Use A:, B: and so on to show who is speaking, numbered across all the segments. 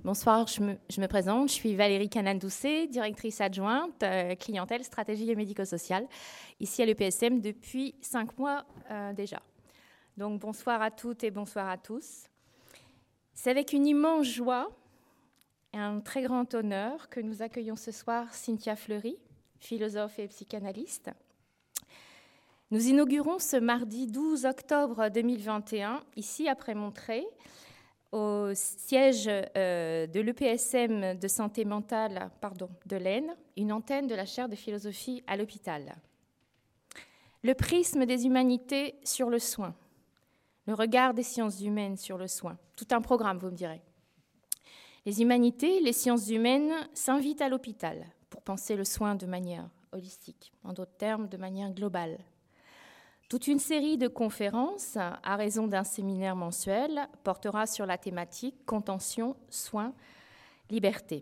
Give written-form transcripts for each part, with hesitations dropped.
A: Bonsoir, je me présente, je suis Valérie Canan-Doucet, directrice adjointe clientèle, stratégie et médico-sociale, ici à l'EPSM depuis 5 mois déjà. Donc bonsoir à toutes et bonsoir à tous. C'est avec une immense joie et un très grand honneur que nous accueillons ce soir Cynthia Fleury, philosophe et psychanalyste. Nous inaugurons ce mardi 12 octobre 2021, ici après Montreuil, au siège de l'EPSM de santé mentale de l'Aisne, une antenne de la chaire de philosophie à l'hôpital. Le prisme des humanités sur le soin, le regard des sciences humaines sur le soin, tout un programme, vous me direz. Les humanités, les sciences humaines s'invitent à l'hôpital pour penser le soin de manière holistique, en d'autres termes, de manière globale. Toute une série de conférences, à raison d'un séminaire mensuel, portera sur la thématique « Contention, soins, liberté ».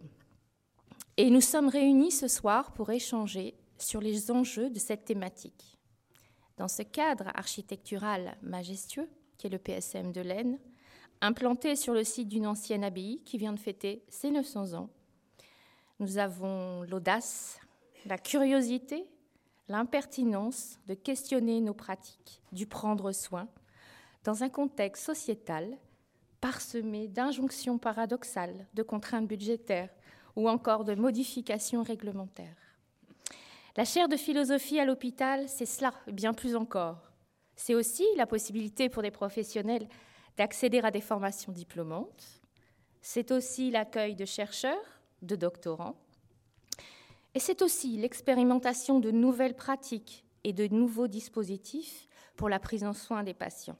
A: Et nous sommes réunis ce soir pour échanger sur les enjeux de cette thématique. Dans ce cadre architectural majestueux, qui est le PSM de l'Aisne, implanté sur le site d'une ancienne abbaye qui vient de fêter ses 900 ans, nous avons l'audace, la curiosité, l'impertinence de questionner nos pratiques, du prendre soin, dans un contexte sociétal parsemé d'injonctions paradoxales, de contraintes budgétaires ou encore de modifications réglementaires. La chaire de philosophie à l'hôpital, c'est cela, et bien plus encore. C'est aussi la possibilité pour des professionnels d'accéder à des formations diplômantes. C'est aussi l'accueil de chercheurs, de doctorants. Et c'est aussi l'expérimentation de nouvelles pratiques et de nouveaux dispositifs pour la prise en soin des patients.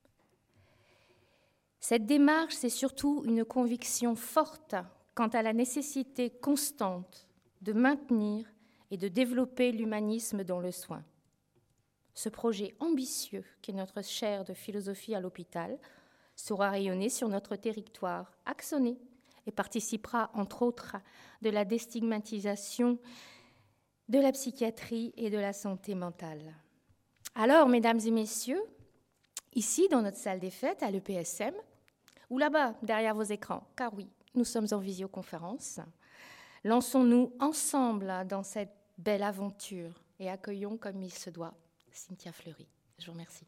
A: Cette démarche, c'est surtout une conviction forte quant à la nécessité constante de maintenir et de développer l'humanisme dans le soin. Ce projet ambitieux qu'est notre chaire de philosophie à l'hôpital sera rayonné sur notre territoire axonné et participera, entre autres, de la déstigmatisation de la psychiatrie et de la santé mentale. Alors, mesdames et messieurs, ici, dans notre salle des fêtes, à l'EPSM, ou là-bas, derrière vos écrans, car oui, nous sommes en visioconférence, lançons-nous ensemble dans cette belle aventure et accueillons comme il se doit Cynthia Fleury. Je vous remercie.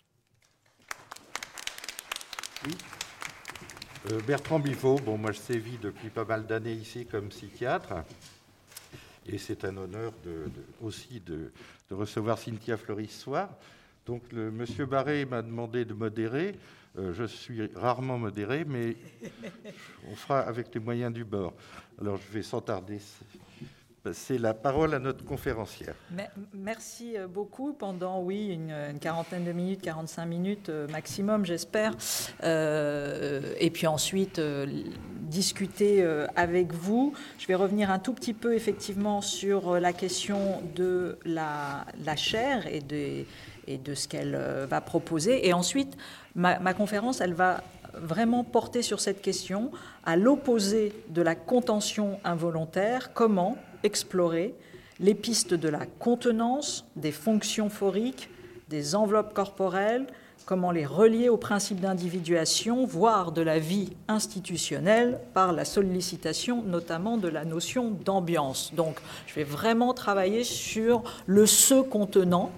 B: Oui. Bertrand Bivot, moi je sévis depuis pas mal d'années ici comme psychiatre et c'est un honneur aussi de recevoir Cynthia Fleury ce soir. Donc monsieur Barré m'a demandé de modérer, je suis rarement modéré mais on fera avec les moyens du bord. Alors je vais sans tarder passer la parole à notre conférencière.
C: Merci beaucoup. Pendant, une quarantaine de minutes, 45 minutes maximum, j'espère. Et puis ensuite, discuter avec vous. Je vais revenir un tout petit peu, effectivement, sur la question de la chaire et de ce qu'elle va proposer. Et ensuite, ma conférence, elle va vraiment porter sur cette question, à l'opposé de la contention involontaire, comment explorer les pistes de la contenance, des fonctions phoriques, des enveloppes corporelles, comment les relier au principe d'individuation, voire de la vie institutionnelle, par la sollicitation notamment de la notion d'ambiance. Donc, je vais vraiment travailler sur le se contenant,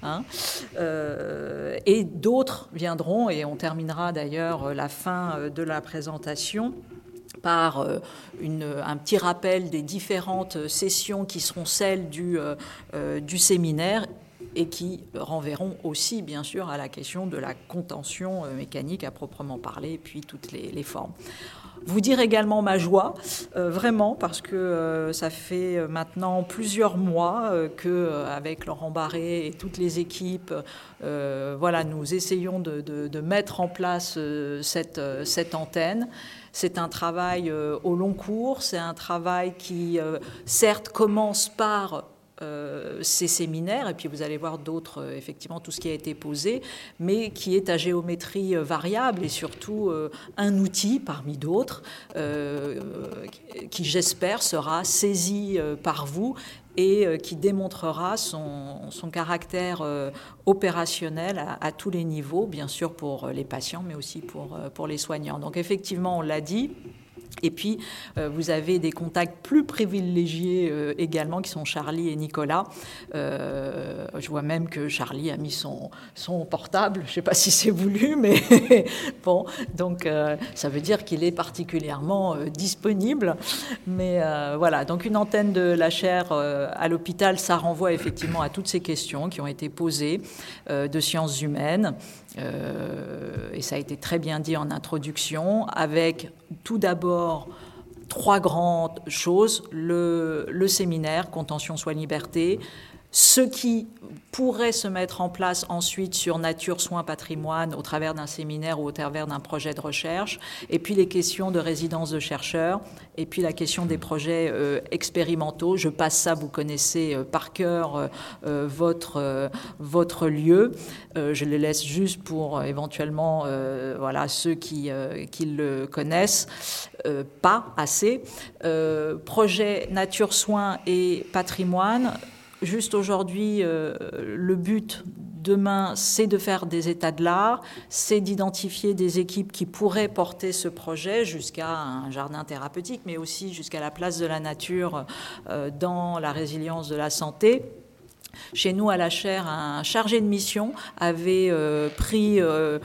C: et d'autres viendront, et on terminera d'ailleurs la fin de la présentation par un petit rappel des différentes sessions qui seront celles du séminaire et qui renverront aussi, bien sûr, à la question de la contention mécanique à proprement parler, et puis toutes les formes. Vous dire également ma joie, vraiment, parce que ça fait maintenant plusieurs mois qu'avec Laurent Barré et toutes les équipes, nous essayons de mettre en place cette antenne. C'est un travail au long cours, c'est un travail qui, certes, commence par ces séminaires, et puis vous allez voir d'autres, effectivement, tout ce qui a été posé, mais qui est à géométrie variable et surtout un outil parmi d'autres qui, j'espère, sera saisi par vous et qui démontrera son caractère opérationnel à tous les niveaux, bien sûr pour les patients, mais aussi pour les soignants. Donc effectivement, on l'a dit, Et puis, vous avez des contacts plus privilégiés également, qui sont Charlie et Nicolas. Je vois même que Charlie a mis son portable. Je ne sais pas si c'est voulu, mais bon, donc ça veut dire qu'il est particulièrement disponible. Mais voilà, donc une antenne de la chaire à l'hôpital, ça renvoie effectivement à toutes ces questions qui ont été posées de sciences humaines. Et ça a été très bien dit en introduction, avec tout d'abord 3 grandes choses: le séminaire Contention, soins, liberté, ce qui pourrait se mettre en place ensuite sur nature, soins, patrimoine au travers d'un séminaire ou au travers d'un projet de recherche, et puis les questions de résidence de chercheurs, et puis la question des projets expérimentaux. Je passe ça, vous connaissez par cœur votre lieu. Je le laisse juste pour éventuellement voilà, ceux qui le connaissent, pas assez. Projet nature, soins et patrimoine. Juste aujourd'hui, le but demain, c'est de faire des états de l'art, c'est d'identifier des équipes qui pourraient porter ce projet jusqu'à un jardin thérapeutique, mais aussi jusqu'à la place de la nature dans la résilience de la santé. Chez nous, à la chaire, un chargé de mission avait pris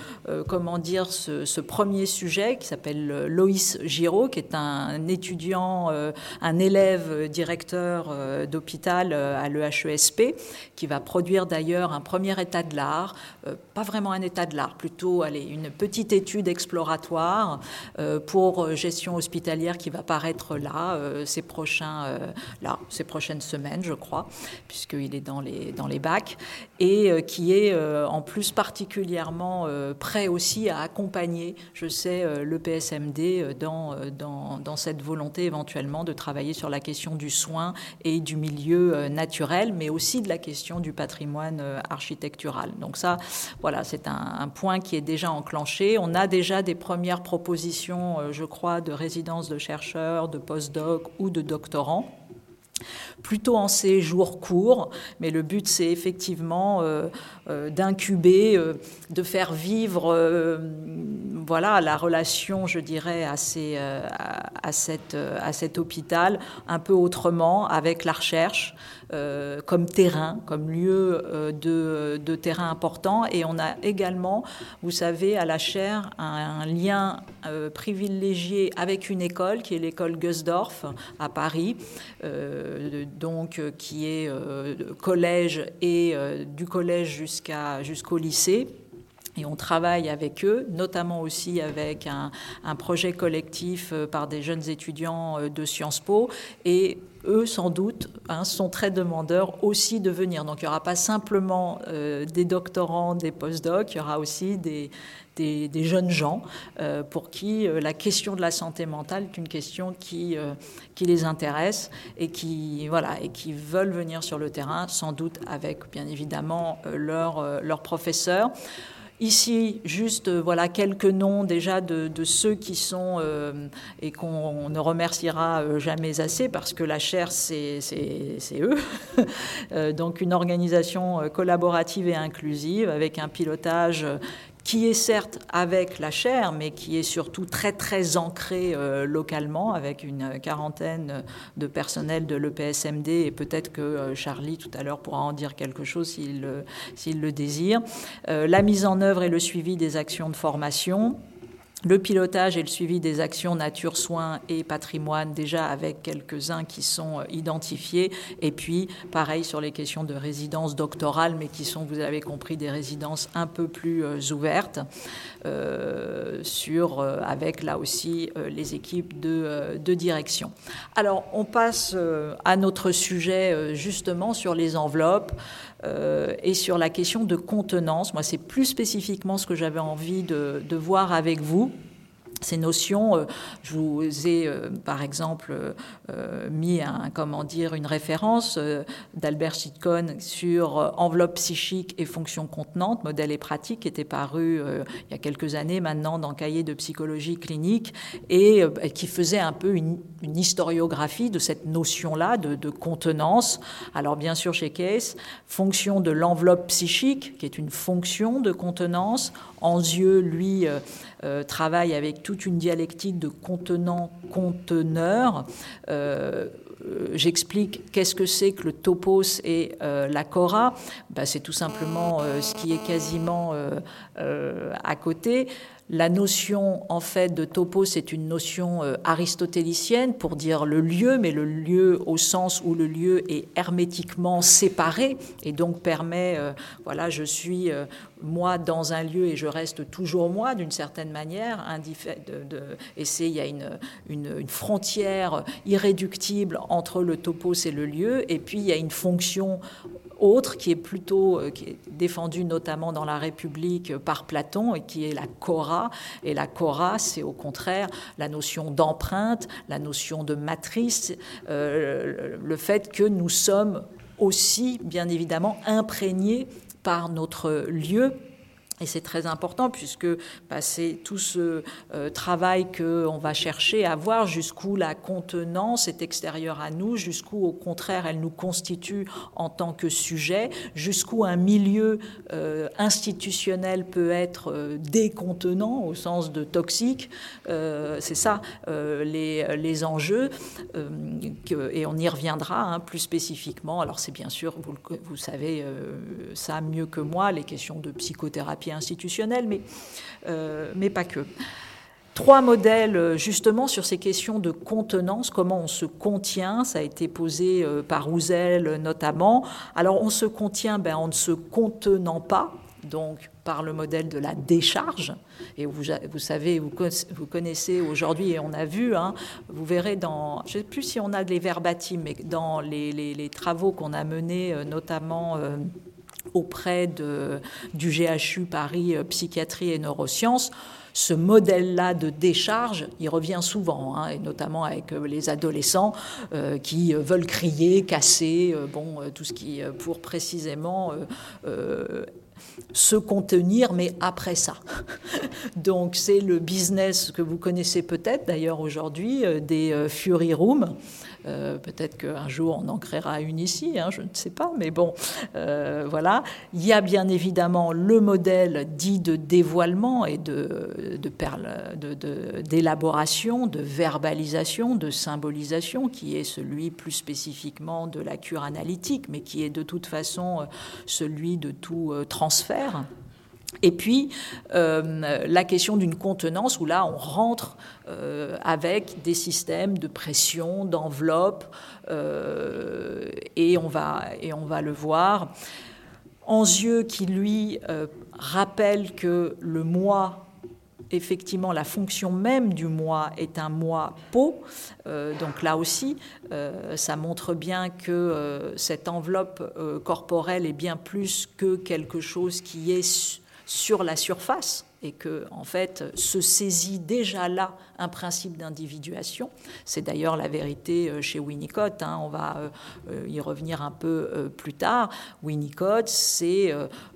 C: ce premier sujet qui s'appelle Loïs Giraud, qui est un étudiant, un élève directeur d'hôpital à l'EHESP, qui va produire d'ailleurs un premier état de l'art, pas vraiment un état de l'art, plutôt une petite étude exploratoire pour gestion hospitalière qui va paraître là, ces prochaines semaines, je crois, puisqu'il est dans les bacs, et qui est en plus particulièrement prêt aussi à accompagner, je sais, le PSMD dans cette volonté éventuellement de travailler sur la question du soin et du milieu naturel, mais aussi de la question du patrimoine architectural. Donc ça, voilà, c'est un point qui est déjà enclenché. On a déjà des premières propositions, je crois, de résidence de chercheurs, de post-doc ou de doctorants, plutôt en séjour court, mais le but c'est effectivement d'incuber, de faire vivre voilà, la relation, je dirais, à cet hôpital un peu autrement, avec la recherche comme terrain, comme lieu de terrain important. Et on a également, vous savez, à la chaire, un lien privilégié avec une école qui est l'école Gusdorf à Paris, donc qui est collège et du collège jusqu'au lycée. Et on travaille avec eux, notamment aussi avec un projet collectif par des jeunes étudiants de Sciences Po. Et eux, sans doute, sont très demandeurs aussi de venir. Donc il n'y aura pas simplement des doctorants, des post-docs, il y aura aussi des jeunes gens pour qui la question de la santé mentale est une question qui les intéresse et qui veulent venir sur le terrain, sans doute avec, bien évidemment, leurs professeurs. Ici, juste voilà quelques noms déjà de ceux qui sont et qu'on ne remerciera jamais assez, parce que la chaire, c'est eux. Donc une organisation collaborative et inclusive avec un pilotage qui est certes avec la chaire, mais qui est surtout très très ancré localement, avec une quarantaine de personnels de l'EPSMD, et peut-être que Charlie tout à l'heure pourra en dire quelque chose s'il le désire. La mise en œuvre et le suivi des actions de formation, le pilotage et le suivi des actions nature, soins et patrimoine, déjà avec quelques-uns qui sont identifiés, et puis pareil sur les questions de résidence doctorale, mais qui sont, vous avez compris, des résidences un peu plus ouvertes, avec là aussi les équipes de direction. Alors on passe à notre sujet justement sur les enveloppes et sur la question de contenance. Moi, c'est plus spécifiquement ce que j'avais envie de voir avec vous. Ces notions, je vous ai par exemple mis une référence d'Albert Schittcon sur enveloppe psychique et fonction contenante, modèle et pratique, qui était paru il y a quelques années maintenant dans Cahiers de psychologie clinique, et qui faisait un peu une historiographie de cette notion-là de contenance. Alors bien sûr chez Case, fonction de l'enveloppe psychique, qui est une fonction de contenance. Anzieux, lui, travaille avec toute une dialectique de contenant-conteneur. J'explique qu'est-ce que c'est que le topos et la cora. C'est tout simplement ce qui est quasiment à côté. La notion, en fait, de topos, c'est une notion aristotélicienne pour dire le lieu, mais le lieu au sens où le lieu est hermétiquement séparé et donc permet, voilà, je suis moi dans un lieu et je reste toujours moi d'une certaine manière. Et il y a une frontière irréductible entre le topos et le lieu, et puis il y a une fonction autre qui est défendue notamment dans la République par Platon et qui est la cora. Et la cora, c'est au contraire la notion d'empreinte, la notion de matrice, le fait que nous sommes aussi, bien évidemment, imprégnés par notre lieu. Et c'est très important puisque c'est tout ce travail qu'on va chercher à voir jusqu'où la contenance est extérieure à nous, jusqu'où au contraire elle nous constitue en tant que sujet, jusqu'où un milieu institutionnel peut être décontenant au sens de toxique. C'est ça les enjeux et on y reviendra plus spécifiquement. Alors c'est bien sûr, vous savez ça mieux que moi, les questions de psychothérapie institutionnelle, mais pas que. 3 modèles justement sur ces questions de contenance, comment on se contient, ça a été posé par Houzel notamment. Alors on se contient en ne se contenant pas, donc par le modèle de la décharge. Et vous savez, vous connaissez aujourd'hui, et on a vu, vous verrez dans, je ne sais plus si on a les verbatim, mais dans les travaux qu'on a menés notamment auprès du GHU Paris Psychiatrie et Neurosciences, ce modèle-là de décharge, il revient souvent, et notamment avec les adolescents qui veulent crier, casser, tout ce qui pour précisément se contenir, mais après ça. Donc c'est le business que vous connaissez peut-être d'ailleurs aujourd'hui, des Fury Rooms. Peut-être qu'un jour on en créera une ici, je ne sais pas, mais voilà. Il y a bien évidemment le modèle dit de dévoilement et d'élaboration, de verbalisation, de symbolisation, qui est celui plus spécifiquement de la cure analytique, mais qui est de toute façon celui de tout transfert. Et puis, la question d'une contenance, où là, on rentre avec des systèmes de pression, d'enveloppe, et on va le voir. Anzieux qui, lui, rappelle que le moi, effectivement, la fonction même du moi est un moi pot. Donc là aussi, ça montre bien que cette enveloppe corporelle est bien plus que quelque chose qui est sur la surface et que, en fait, se saisit déjà là un principe d'individuation. C'est d'ailleurs la vérité chez Winnicott, on va y revenir un peu plus tard. Winnicott, c'est,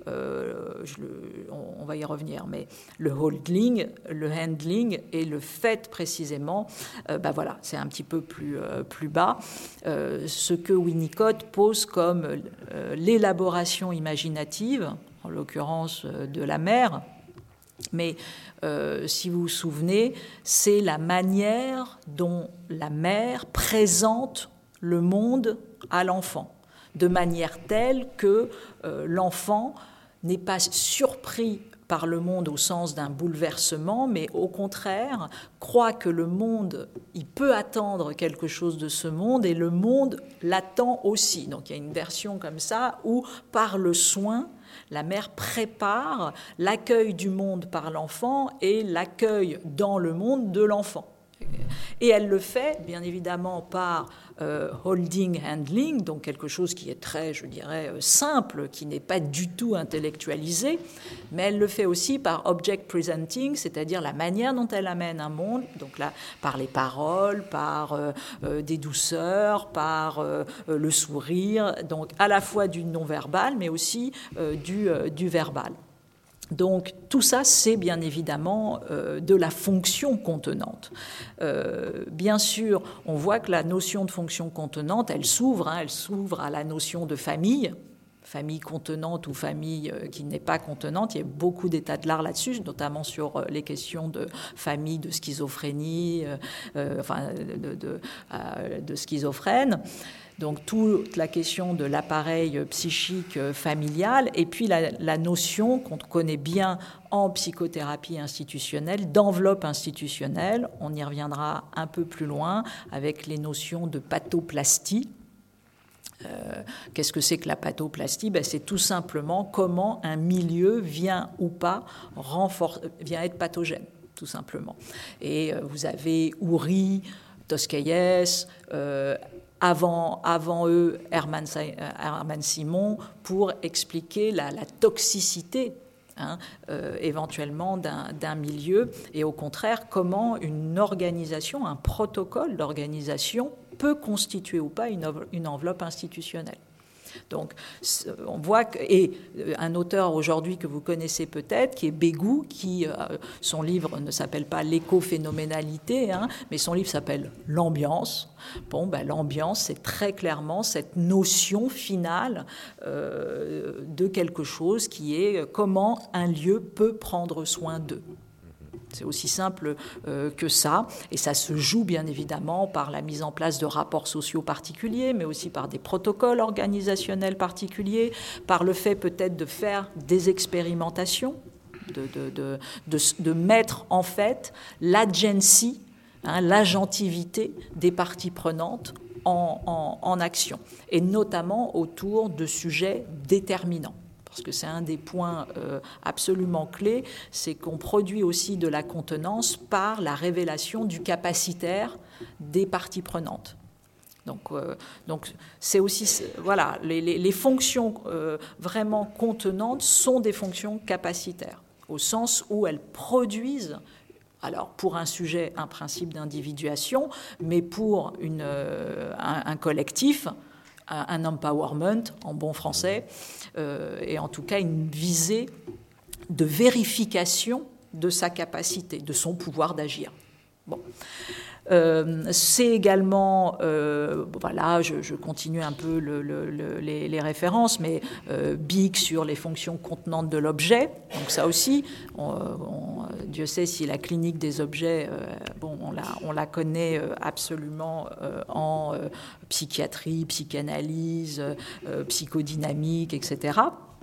C: on va y revenir, mais le holding, le handling et le fait précisément, voilà, c'est un petit peu plus bas. Ce que Winnicott pose comme l'élaboration imaginative, en l'occurrence de la mère, mais si vous vous souvenez, c'est la manière dont la mère présente le monde à l'enfant, de manière telle que l'enfant n'est pas surpris par le monde au sens d'un bouleversement, mais au contraire, croit que le monde, il peut attendre quelque chose de ce monde et le monde l'attend aussi. Donc il y a une version comme ça où, par le soin, la mère prépare l'accueil du monde par l'enfant et l'accueil dans le monde de l'enfant. Et elle le fait, bien évidemment, par holding, handling, donc quelque chose qui est très, je dirais, simple, qui n'est pas du tout intellectualisé, mais elle le fait aussi par object presenting, c'est-à-dire la manière dont elle amène un monde, donc là, par les paroles, par des douceurs, par le sourire, donc à la fois du non-verbal, mais aussi du verbal. Donc tout ça, c'est bien évidemment de la fonction contenante. Bien sûr, on voit que la notion de fonction contenante, elle s'ouvre à la notion de famille contenante ou famille qui n'est pas contenante. Il y a beaucoup d'états de l'art là-dessus, notamment sur les questions de famille, de schizophrénie, de schizophrène. Donc toute la question de l'appareil psychique familial, et puis la notion qu'on connaît bien en psychothérapie institutionnelle, d'enveloppe institutionnelle. On y reviendra un peu plus loin avec les notions de pathoplastie. Qu'est-ce que c'est que la pathoplastie? C'est tout simplement comment un milieu vient ou pas vient être pathogène, tout simplement. Et vous avez Oury, Toscaïès, avant eux Hermann Simon, pour expliquer la toxicité éventuellement d'un milieu, et au contraire comment une organisation, un protocole d'organisation peut constituer ou pas une enveloppe institutionnelle. Donc, on voit et un auteur aujourd'hui que vous connaissez peut-être, qui est Bégou, qui son livre ne s'appelle pas l'écophénoménalité, mais son livre s'appelle L'ambiance. L'ambiance, c'est très clairement cette notion finale de quelque chose qui est comment un lieu peut prendre soin d'eux. C'est aussi simple que ça, et ça se joue bien évidemment par la mise en place de rapports sociaux particuliers, mais aussi par des protocoles organisationnels particuliers, par le fait peut-être de faire des expérimentations, de mettre en fait l'agency, l'agentivité des parties prenantes en action, et notamment autour de sujets déterminants. Parce que c'est un des points absolument clés, c'est qu'on produit aussi de la contenance par la révélation du capacitaire des parties prenantes. Donc c'est aussi, voilà, les fonctions vraiment contenantes sont des fonctions capacitaires, au sens où elles produisent, alors pour un sujet, un principe d'individuation, mais pour un collectif, un empowerment en bon français, et en tout cas une visée de vérification de sa capacité, de son pouvoir d'agir. Bon. C'est également, voilà, je continue un peu les références, mais Big sur les fonctions contenantes de l'objet. Donc ça aussi, Dieu sait si la clinique des objets, on la connaît absolument en psychiatrie, psychanalyse, psychodynamique, etc.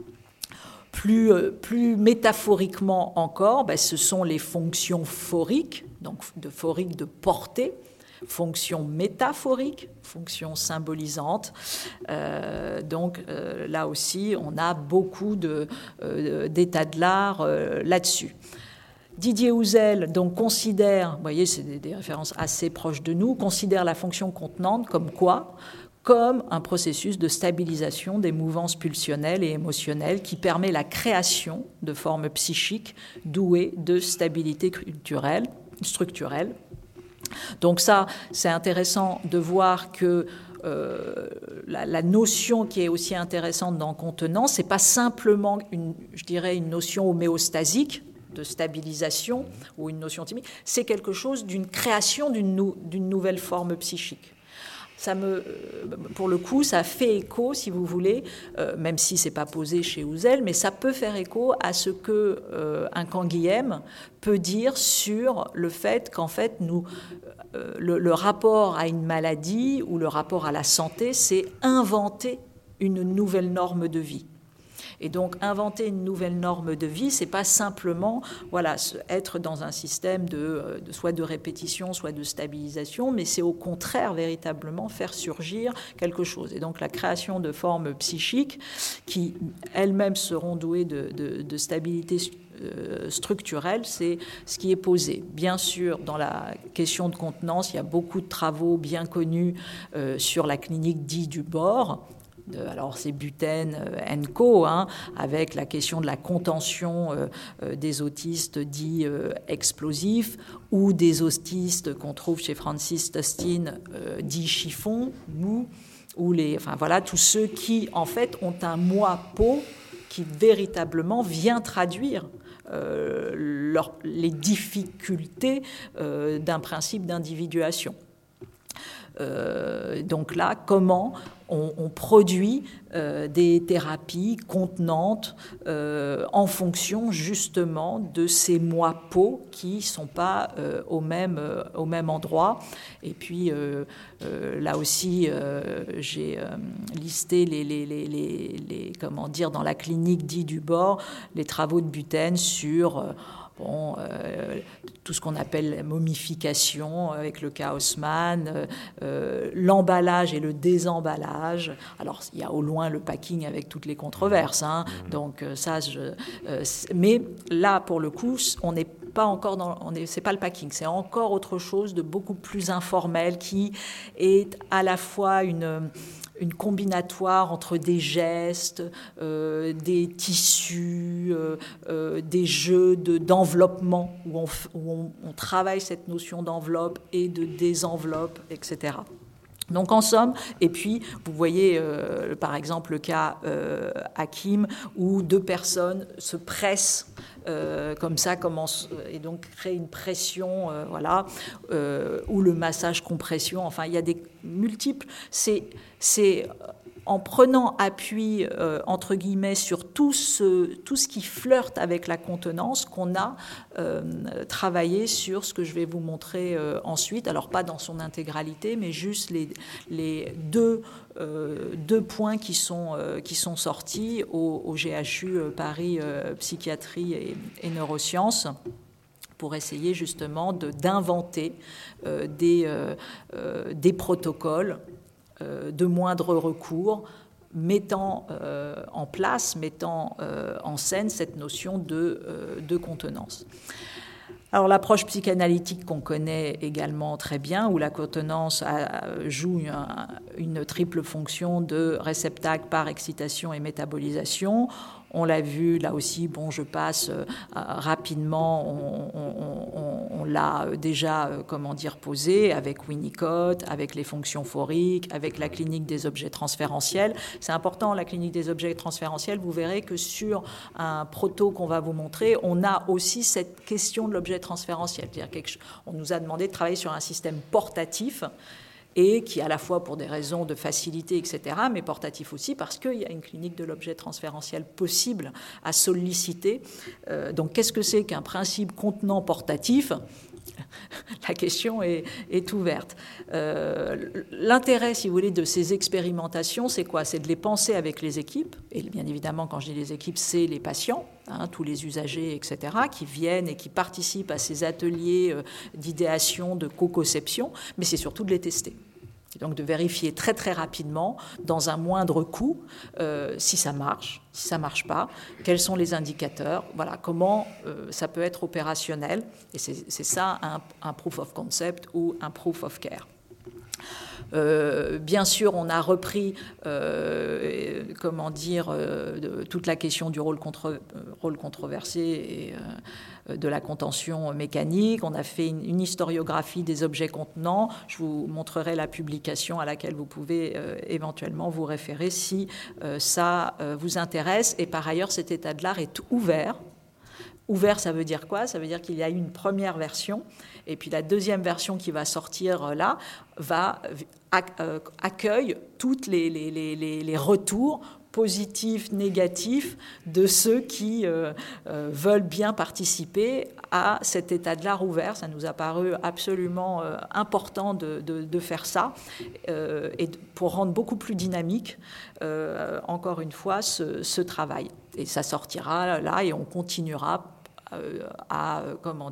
C: Plus métaphoriquement encore, ce sont les fonctions phoriques, donc phorique de portée, fonction métaphorique, fonction symbolisante. Là aussi, on a beaucoup d'états de l'art là-dessus. Didier Houzel donc considère, vous voyez, c'est des références assez proches de nous, considère la fonction contenante comme quoi ? Comme un processus de stabilisation des mouvances pulsionnelles et émotionnelles qui permet la création de formes psychiques douées de stabilité structurelle. Donc ça, c'est intéressant de voir que la notion qui est aussi intéressante dans contenance, c'est pas simplement une notion homéostasique de stabilisation ou une notion typique, c'est quelque chose d'une création d'une nouvelle forme psychique. Pour le coup, ça fait écho, si vous voulez, même si ce n'est pas posé chez Houzel, mais ça peut faire écho à ce qu'un Canguilhem peut dire sur le fait qu'en fait, le rapport à une maladie ou le rapport à la santé, c'est inventer une nouvelle norme de vie. Et donc, inventer une nouvelle norme de vie, c'est pas simplement, être dans un système soit de répétition, soit de stabilisation, mais c'est au contraire véritablement faire surgir quelque chose. Et donc, la création de formes psychiques qui elles-mêmes seront douées de stabilité structurelle, c'est ce qui est posé. Bien sûr, dans la question de contenance, il y a beaucoup de travaux bien connus sur la clinique dite du bord. Alors c'est Buten & Co, avec la question de la contention des autistes dits explosifs ou des autistes qu'on trouve chez Francis Tustin dits chiffons, mous, ou tous ceux qui en fait ont un moi-peau qui véritablement vient traduire les difficultés d'un principe d'individuation. Donc là, comment on produit des thérapies contenantes en fonction justement de ces moi peau qui ne sont pas au même endroit. Et puis là aussi, j'ai listé comment dire, dans la clinique dit du bord, les travaux de Buten sur tout ce qu'on appelle la momification avec le cas Haussmann, l'emballage et le désemballage. Alors, il y a au loin le packing avec toutes les controverses. Donc, ça, mais là, pour le coup, on n'est pas encore c'est pas le packing, c'est encore autre chose de beaucoup plus informel qui est à la fois une combinatoire entre des gestes, des tissus, des jeux d'enveloppement où on travaille cette notion d'enveloppe et de désenveloppe, etc. Donc en somme, et puis vous voyez par exemple le cas Hakim où 2 personnes se pressent comme ça, et donc créer une pression, voilà, ou le massage compression, enfin il y a des multiples, c'est en prenant appui, entre guillemets, sur tout ce qui flirte avec la contenance qu'on a travaillé sur ce que je vais vous montrer ensuite, alors pas dans son intégralité, mais juste les deux points qui sont sortis au GHU Paris Psychiatrie et Neurosciences, pour essayer justement d'inventer des protocoles de moindre recours, mettant en scène cette notion de contenance. Alors l'approche psychanalytique qu'on connaît également très bien, où la contenance joue une triple fonction de réceptacle par excitation et métabolisation. On l'a vu, là aussi, bon, je passe rapidement, on l'a déjà, posé avec Winnicott, avec les fonctions phoriques, avec la clinique des objets transférentiels. C'est important, la clinique des objets transférentiels, vous verrez que sur un proto qu'on va vous montrer, on a aussi cette question de l'objet transférentiel. C'est-à-dire on nous a demandé de travailler sur un système portatif, et qui, à la fois pour des raisons de facilité, etc., mais portatif aussi parce qu'il y a une clinique de l'objet transférentiel possible à solliciter. Donc, qu'est-ce que c'est qu'un principe contenant portatif ? La question est ouverte. L'intérêt, si vous voulez, de ces expérimentations, c'est quoi ? C'est de les penser avec les équipes, et bien évidemment, quand je dis les équipes, c'est les patients, tous les usagers, etc., qui viennent et qui participent à ces ateliers d'idéation, de co-conception, mais c'est surtout de les tester. Et donc de vérifier très très rapidement, dans un moindre coût, si ça marche, si ça ne marche pas, quels sont les indicateurs, voilà, comment ça peut être opérationnel. Et c'est ça un proof of concept ou un proof of care. Bien sûr, on a repris, toute la question du rôle controversé et de la contention mécanique. On a fait une historiographie des objets contenants. Je vous montrerai la publication à laquelle vous pouvez éventuellement vous référer si ça vous intéresse. Et par ailleurs, cet état de l'art est ouvert. Ouvert, ça veut dire quoi ? Ça veut dire qu'il y a une première version, et puis la deuxième version qui va sortir là accueille toutes les retours positifs, négatifs de ceux qui veulent bien participer à cet état de l'art ouvert. Ça nous a paru absolument important de faire ça, et pour rendre beaucoup plus dynamique, encore une fois, ce travail. Et ça sortira là, et on continuera à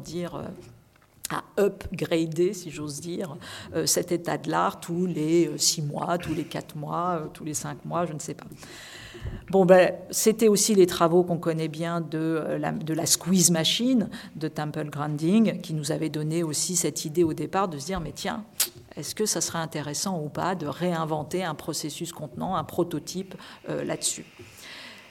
C: upgrader, si j'ose dire, cet état de l'art tous les 6 mois, tous les 4 mois, tous les 5 mois, je ne sais pas. Bon, c'était aussi les travaux qu'on connaît bien de la squeeze machine de Temple Grandin, qui nous avait donné aussi cette idée au départ de se dire, mais tiens, est-ce que ça serait intéressant ou pas de réinventer un processus contenant, un prototype là-dessus ?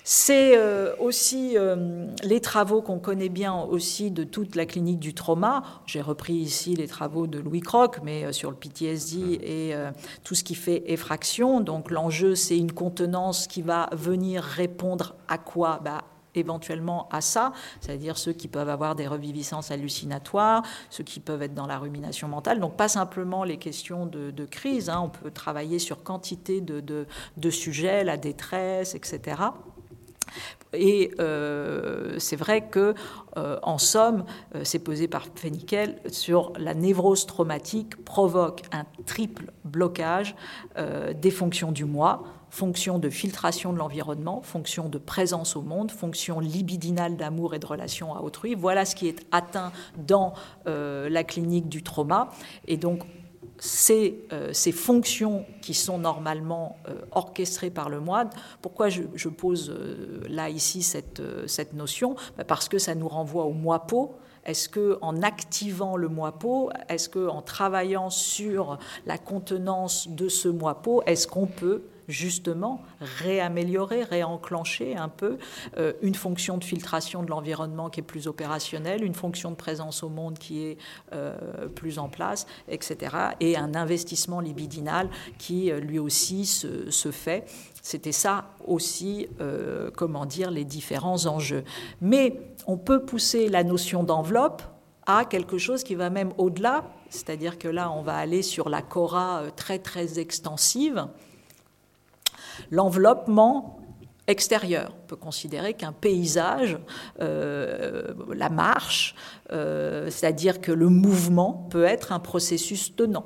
C: C'est aussi les travaux qu'on connaît bien aussi de toute la clinique du trauma. J'ai repris ici les travaux de Louis Croc, mais sur le PTSD et tout ce qui fait effraction. Donc l'enjeu, c'est une contenance qui va venir répondre à quoi ? Éventuellement à ça, c'est-à-dire ceux qui peuvent avoir des reviviscences hallucinatoires, ceux qui peuvent être dans la rumination mentale. Donc pas simplement les questions de crise, on peut travailler sur quantité de sujets, la détresse, etc. Et c'est vrai que, en somme, c'est posé par Fenickel sur la névrose traumatique provoque un triple blocage des fonctions du moi, fonction de filtration de l'environnement, fonction de présence au monde, fonction libidinale d'amour et de relation à autrui. Voilà ce qui est atteint dans la clinique du trauma. Et donc, ces fonctions qui sont normalement orchestrées par le moi. Pourquoi je pose là, ici, cette notion ? Parce que ça nous renvoie au moi-peau. Est-ce qu'en activant le moi-peau, est-ce qu'en travaillant sur la contenance de ce moi-peau, est-ce qu'on peut justement réaméliorer, réenclencher un peu une fonction de filtration de l'environnement qui est plus opérationnelle, une fonction de présence au monde qui est plus en place, etc. Et un investissement libidinal qui lui aussi se fait. C'était ça aussi, les différents enjeux. Mais on peut pousser la notion d'enveloppe à quelque chose qui va même au-delà, c'est-à-dire que là, on va aller sur la cora très, très extensive. L'enveloppement extérieur. On peut considérer qu'un paysage, la marche, c'est-à-dire que le mouvement peut être un processus tenant.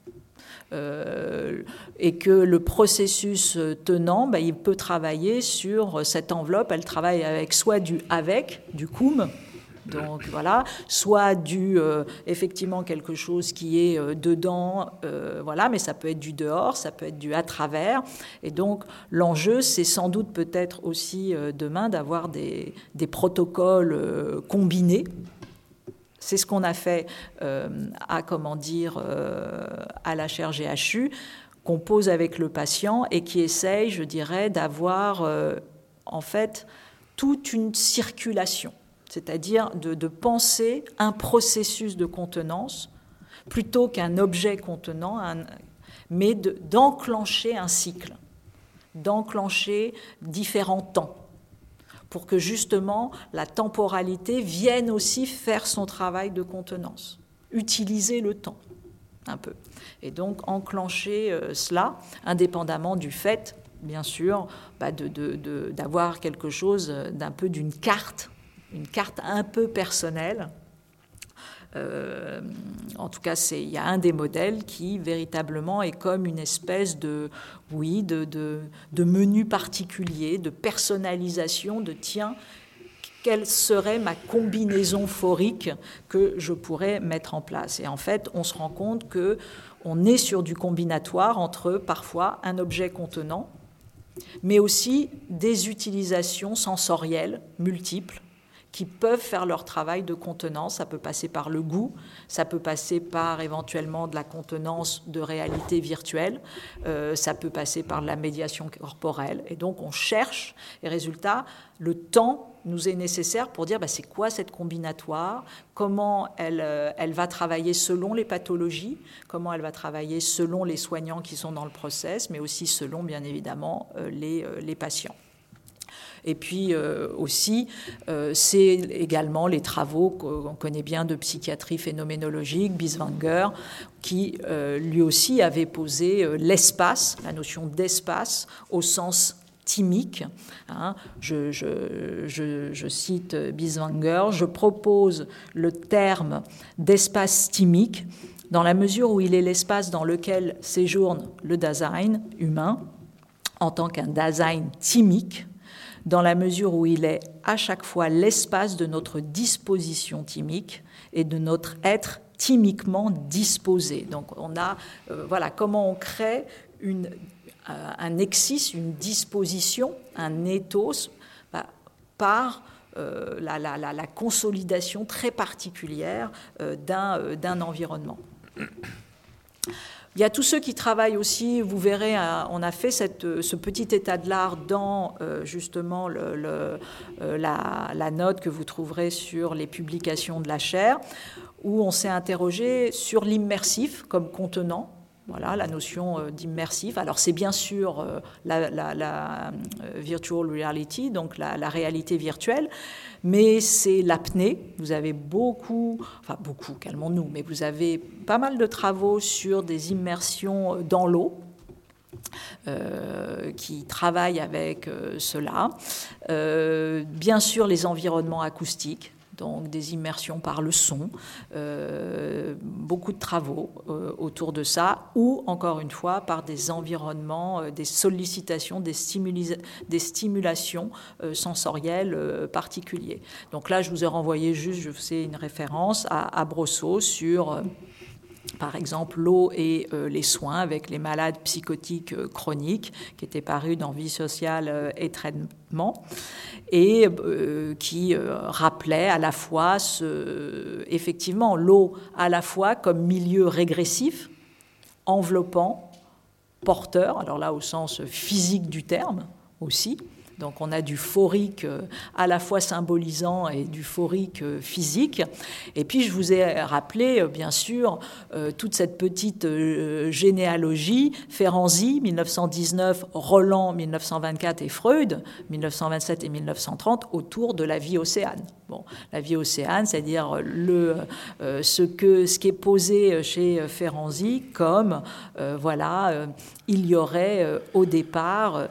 C: Et que le processus tenant, il peut travailler sur cette enveloppe. Elle travaille avec soit du cum, donc voilà, soit effectivement quelque chose qui est dedans, mais ça peut être du dehors, ça peut être du à travers. Et donc l'enjeu, c'est sans doute peut-être aussi demain d'avoir des protocoles combinés. C'est ce qu'on a fait à la chaire GHU, qu'on pose avec le patient et qui essaye, je dirais, d'avoir en fait toute une circulation, c'est-à-dire de penser un processus de contenance plutôt qu'un objet contenant, mais d'enclencher un cycle, d'enclencher différents temps, pour que justement la temporalité vienne aussi faire son travail de contenance, utiliser le temps un peu. Et donc enclencher cela, indépendamment du fait, bien sûr, d'avoir quelque chose d'un peu d'une carte, une carte un peu personnelle. En tout cas, il y a un des modèles qui véritablement est comme une espèce de menu particulier, de personnalisation, de tiens, quelle serait ma combinaison phorique que je pourrais mettre en place. Et en fait, on se rend compte qu'on est sur du combinatoire entre parfois un objet contenant, mais aussi des utilisations sensorielles multiples qui peuvent faire leur travail de contenance. Ça peut passer par le goût, ça peut passer par éventuellement de la contenance de réalité virtuelle, ça peut passer par de la médiation corporelle. Et donc on cherche, et résultat, le temps nous est nécessaire pour dire c'est quoi cette combinatoire, comment elle va travailler selon les pathologies, comment elle va travailler selon les soignants qui sont dans le process, mais aussi selon bien évidemment les patients. Et puis aussi, c'est également les travaux qu'on connaît bien de psychiatrie phénoménologique, Bieswanger, qui lui aussi avait posé l'espace, la notion d'espace au sens thymique. Je cite Bieswanger, je propose le terme d'espace thymique dans la mesure où il est l'espace dans lequel séjourne le Dasein humain en tant qu'un Dasein thymique, dans la mesure où il est à chaque fois l'espace de notre disposition thymique et de notre être thymiquement disposé. Donc on a, comment on crée un exis, une disposition, un ethos, par la consolidation très particulière d'un environnement. Il y a tous ceux qui travaillent aussi, vous verrez, on a fait ce petit état de l'art dans justement la note que vous trouverez sur les publications de la chaire, où on s'est interrogé sur l'immersif comme contenant. Voilà, la notion d'immersif. Alors c'est bien sûr la virtual reality, donc la réalité virtuelle, mais c'est l'apnée. Vous avez beaucoup, calmons-nous, mais vous avez pas mal de travaux sur des immersions dans l'eau. Qui travaillent avec cela. Bien sûr, les environnements acoustiques, donc des immersions par le son, beaucoup de travaux autour de ça, ou encore une fois par des environnements, des sollicitations, des stimulations sensorielles particuliers. Donc là, je vous ai renvoyé juste, je fais une référence à Brosseau sur... par exemple, l'eau et les soins avec les malades psychotiques chroniques, qui était paru dans Vie sociale et traitement, et qui rappelait à la fois, effectivement, l'eau à la fois comme milieu régressif, enveloppant, porteur, alors là au sens physique du terme aussi. Donc on a du phorique à la fois symbolisant et du phorique physique. Et puis je vous ai rappelé, bien sûr, toute cette petite généalogie, Ferenczi, 1919, Roland, 1924 et Freud, 1927 et 1930, autour de la vie océane. Bon, la vie océane, c'est-à-dire ce qui est posé chez Ferenczi comme, il y aurait au départ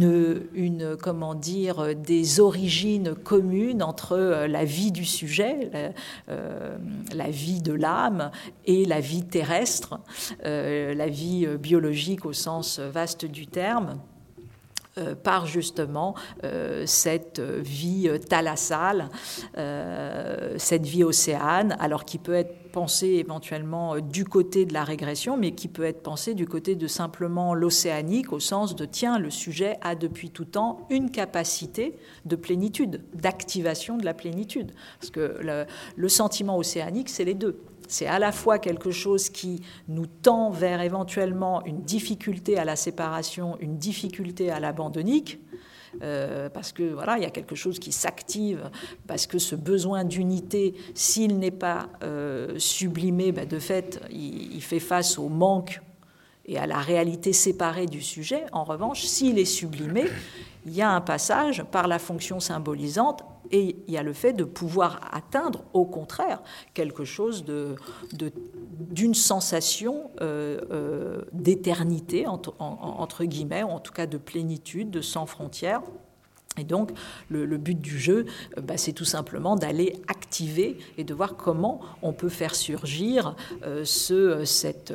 C: des origines communes entre la vie du sujet, la vie de l'âme et la vie terrestre, la vie biologique au sens vaste du terme, par justement cette vie thalassale, cette vie océane, alors qui peut être pensée éventuellement du côté de la régression, mais qui peut être pensée du côté de simplement l'océanique, au sens de tiens, le sujet a depuis tout temps une capacité de plénitude, d'activation de la plénitude. Parce que le sentiment océanique, c'est les deux. C'est à la fois quelque chose qui nous tend vers éventuellement une difficulté à la séparation, une difficulté à l'abandonnique, parce que voilà, il y a quelque chose qui s'active, parce que ce besoin d'unité, s'il n'est pas sublimé, de fait, il fait face au manque et à la réalité séparée du sujet. En revanche, s'il est sublimé, il y a un passage par la fonction symbolisante et il y a le fait de pouvoir atteindre, au contraire, quelque chose d'une sensation d'éternité, entre guillemets, ou en tout cas de plénitude, de sans frontières. Et donc, le but du jeu, c'est tout simplement d'aller activer et de voir comment on peut faire surgir cette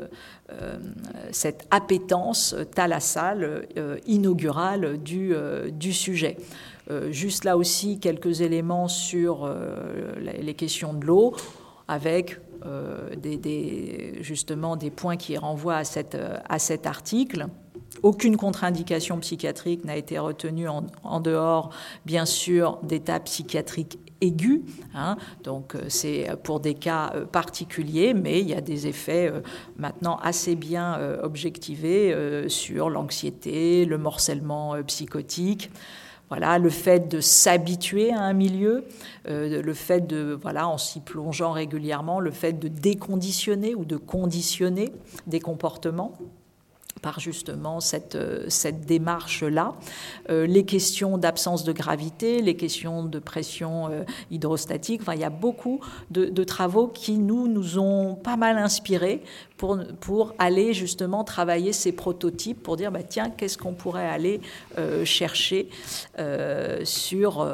C: appétence thalassale inaugurale du sujet. Juste là aussi, quelques éléments sur les questions de l'eau, avec justement des points qui renvoient à cet article. Aucune contre-indication psychiatrique n'a été retenue en dehors, bien sûr, d'états psychiatriques aigus. Donc, c'est pour des cas particuliers, mais il y a des effets maintenant assez bien objectivés sur l'anxiété, le morcellement psychotique. Voilà, le fait de s'habituer à un milieu, le fait en s'y plongeant régulièrement, le fait de déconditionner ou de conditionner des comportements par justement cette démarche-là. Les questions d'absence de gravité, les questions de pression hydrostatique, il y a beaucoup de travaux qui nous ont pas mal inspirés pour aller justement travailler ces prototypes, pour dire tiens, qu'est-ce qu'on pourrait aller chercher sur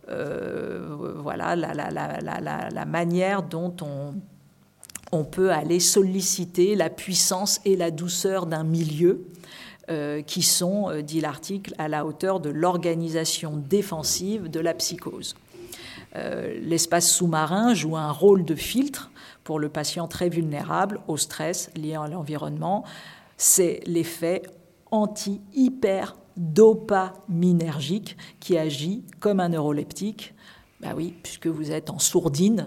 C: la manière dont on peut aller solliciter la puissance et la douceur d'un milieu qui sont, dit l'article, à la hauteur de l'organisation défensive de la psychose. L'espace sous-marin joue un rôle de filtre pour le patient très vulnérable au stress lié à l'environnement. C'est l'effet anti-hyper-dopaminergique qui agit comme un neuroleptique Ben oui, puisque vous êtes en sourdine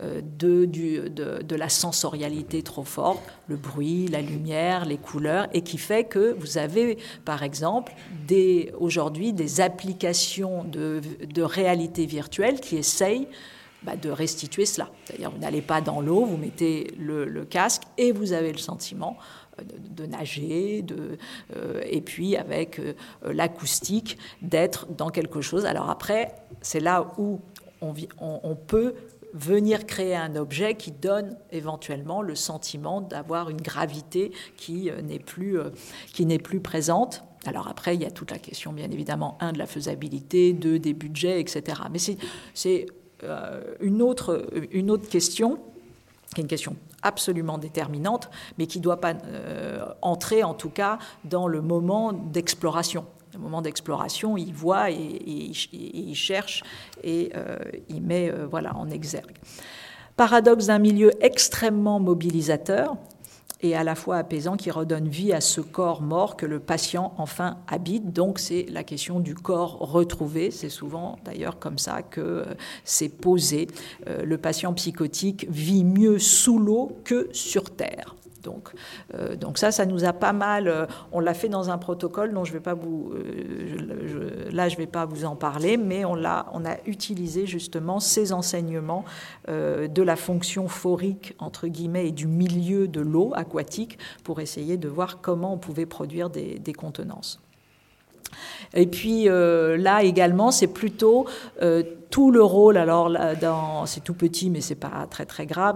C: de la sensorialité trop forte, le bruit, la lumière, les couleurs, et qui fait que vous avez, par exemple, aujourd'hui des applications de réalité virtuelle qui essayent de restituer cela. C'est-à-dire, vous n'allez pas dans l'eau, vous mettez le casque et vous avez le sentiment de nager, et puis avec l'acoustique, d'être dans quelque chose. Alors après, c'est là où on peut venir créer un objet qui donne éventuellement le sentiment d'avoir une gravité qui n'est plus présente. Alors après, il y a toute la question, bien évidemment, de la faisabilité, des budgets, etc. Mais c'est une autre question, qui est une question absolument déterminante, mais qui ne doit pas entrer, en tout cas, dans le moment d'exploration. Le moment d'exploration, il voit et il cherche et il met en exergue. Paradoxe d'un milieu extrêmement mobilisateur et à la fois apaisant qui redonne vie à ce corps mort que le patient enfin habite. Donc c'est la question du corps retrouvé. C'est souvent d'ailleurs comme ça que c'est posé. Le patient psychotique vit mieux sous l'eau que sur terre. Donc ça nous a pas mal. On l'a fait dans un protocole dont je vais pas je vais pas vous en parler, mais on a utilisé justement ces enseignements de la fonction phorique entre guillemets et du milieu de l'eau aquatique pour essayer de voir comment on pouvait produire des contenances. Et puis là également, c'est plutôt tout le rôle, alors c'est tout petit mais c'est pas très très grave,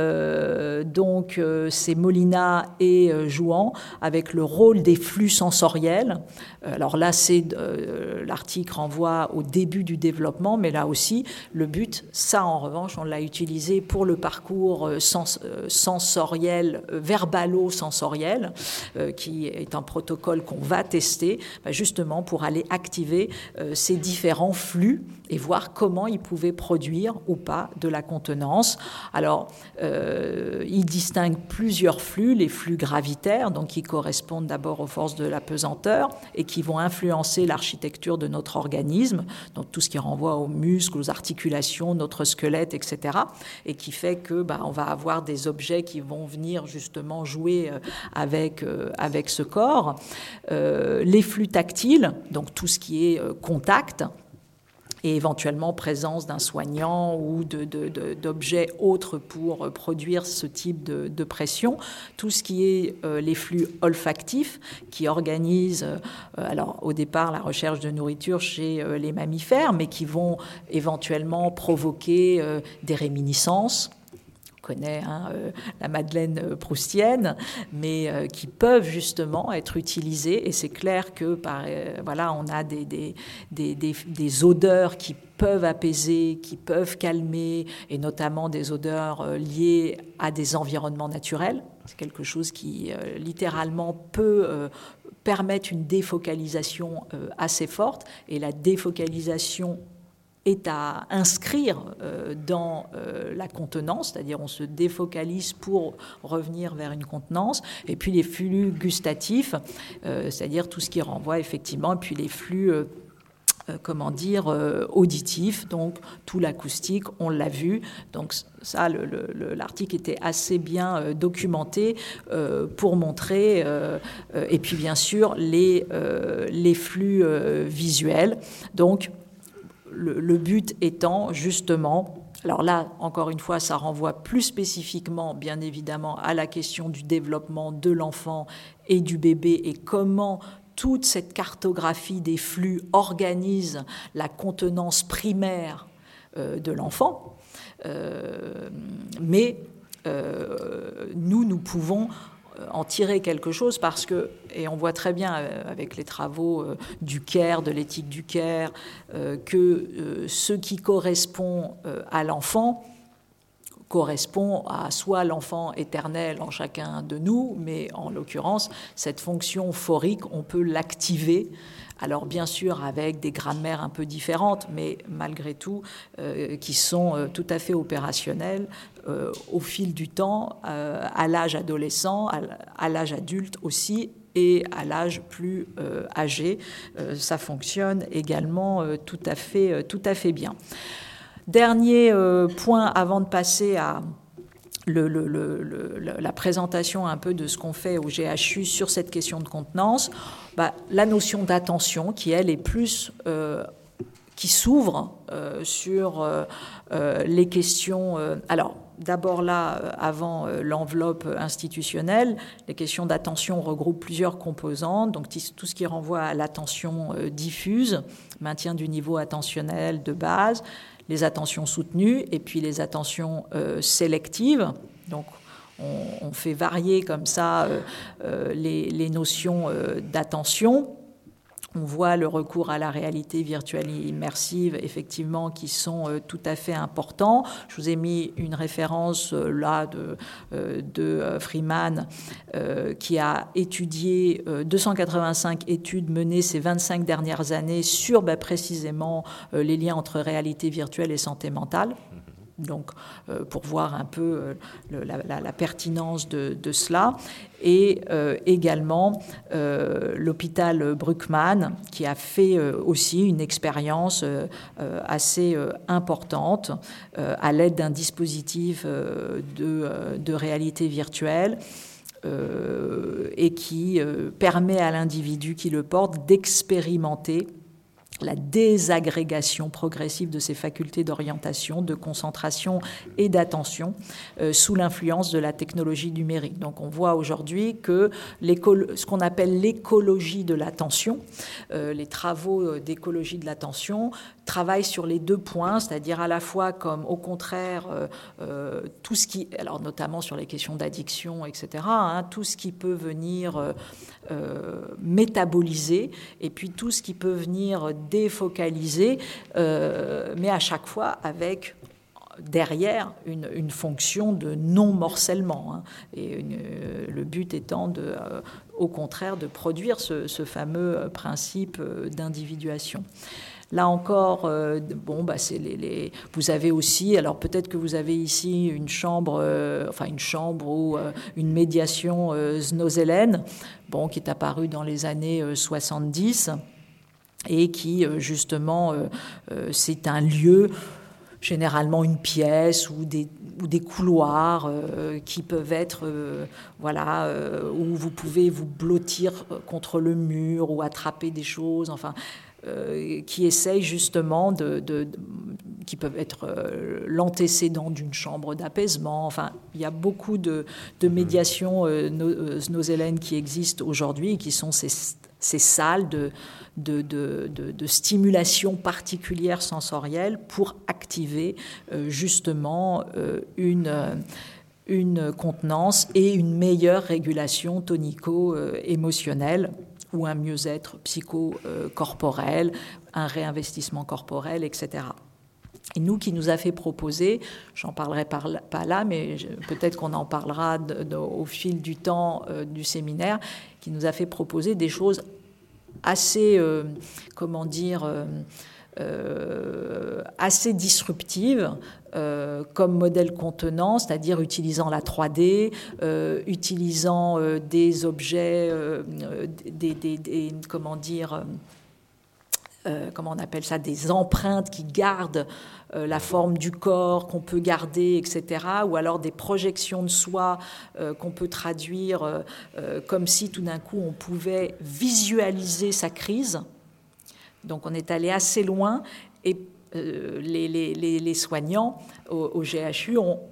C: donc c'est Molina et Jouan avec le rôle des flux sensoriels. Alors là l'article renvoie au début du développement, mais là aussi le but, ça en revanche on l'a utilisé pour le parcours sensoriel, verbalo-sensoriel, qui est un protocole qu'on va tester justement pour aller activer ces différents flux et voir comment ils pouvaient produire ou pas de la contenance. Alors, il distingue plusieurs flux, les flux gravitaires, donc qui correspondent d'abord aux forces de la pesanteur et qui vont influencer l'architecture de notre organisme, donc tout ce qui renvoie aux muscles, aux articulations, notre squelette, etc. Et qui fait que on va avoir des objets qui vont venir justement jouer avec ce corps. Les flux tactiles, donc tout ce qui est contact, et éventuellement présence d'un soignant ou d'objets autres pour produire ce type de pression. Tout ce qui est les flux olfactifs qui organisent, alors au départ, la recherche de nourriture chez les mammifères, mais qui vont éventuellement provoquer des réminiscences. Connaît la Madeleine proustienne, mais qui peuvent justement être utilisées. Et c'est clair que on a des odeurs qui peuvent apaiser, qui peuvent calmer, et notamment des odeurs liées à des environnements naturels. C'est quelque chose qui littéralement peut permettre une défocalisation assez forte. Et la défocalisation est à inscrire dans la contenance, c'est-à-dire on se défocalise pour revenir vers une contenance, et puis les flux gustatifs, c'est-à-dire tout ce qui renvoie effectivement, et puis les flux auditifs, donc tout l'acoustique, on l'a vu, donc ça l'article était assez bien documenté pour montrer, et puis bien sûr les flux visuels, donc le but étant justement, alors là, encore une fois, ça renvoie plus spécifiquement, bien évidemment, à la question du développement de l'enfant et du bébé et comment toute cette cartographie des flux organise la contenance primaire de l'enfant. Mais nous pouvons en tirer quelque chose parce que, et on voit très bien avec les travaux du Caire, de l'éthique du Caire, que ce qui correspond à l'enfant correspond à soit l'enfant éternel en chacun de nous, mais en l'occurrence, cette fonction phorique, on peut l'activer. Alors bien sûr avec des grammaires un peu différentes, mais malgré tout qui sont tout à fait opérationnelles au fil du temps, à l'âge adolescent, à l'âge adulte aussi, et à l'âge plus âgé. Ça fonctionne également tout à fait bien. Dernier point avant de passer à la présentation un peu de ce qu'on fait au GHU sur cette question de contenance, la notion d'attention qui, elle, est plus... qui s'ouvre sur les questions... alors, d'abord là, avant l'enveloppe institutionnelle, les questions d'attention regroupent plusieurs composantes, donc tout ce qui renvoie à l'attention diffuse, maintien du niveau attentionnel de base, les attentions soutenues et puis les attentions sélectives. Donc, on fait varier comme ça les notions d'attention. On voit le recours à la réalité virtuelle et immersive, effectivement, qui sont tout à fait importants. Je vous ai mis une référence là de Freeman, qui a étudié 285 études menées ces 25 dernières années sur précisément les liens entre réalité virtuelle et santé mentale. Donc, pour voir un peu la pertinence de cela. Et également l'hôpital Bruckmann, qui a fait aussi une expérience assez importante à l'aide d'un dispositif de réalité virtuelle et qui permet à l'individu qui le porte d'expérimenter la désagrégation progressive de ses facultés d'orientation, de concentration et d'attention sous l'influence de la technologie numérique. Donc on voit aujourd'hui que ce qu'on appelle l'écologie de l'attention, les travaux d'écologie de l'attention travaillent sur les deux points, c'est-à-dire à la fois comme au contraire tout ce qui, alors notamment sur les questions d'addiction, etc., tout ce qui peut venir métaboliser et puis tout ce qui peut venir défocaliser, mais à chaque fois avec derrière une fonction de non-morcellement. Et le but étant, au contraire, de produire ce fameux principe d'individuation. Là encore, vous avez aussi, alors peut-être que vous avez ici une chambre ou une médiation Snozelen, qui est apparue dans les années 70 et qui, justement, c'est un lieu, généralement une pièce ou des couloirs qui peuvent être, où vous pouvez vous blottir contre le mur ou attraper des choses, qui essayent justement qui peuvent être l'antécédent d'une chambre d'apaisement. Il y a beaucoup de médiations Snozelen qui existent aujourd'hui et qui sont ces salles de stimulation particulière sensorielle pour activer justement une contenance et une meilleure régulation tonico-émotionnelle ou un mieux-être psycho-corporel, un réinvestissement corporel, etc. Et nous, qui nous a fait proposer, j'en parlerai pas là, mais peut-être qu'on en parlera au fil du temps du séminaire, qui nous a fait proposer des choses assez, assez disruptives comme modèle contenant, c'est-à-dire utilisant la 3D, utilisant des objets, comment on appelle ça, des empreintes qui gardent la forme du corps, qu'on peut garder, etc., ou alors des projections de soi qu'on peut traduire comme si tout d'un coup on pouvait visualiser sa crise. Donc on est allé assez loin et les soignants au GHU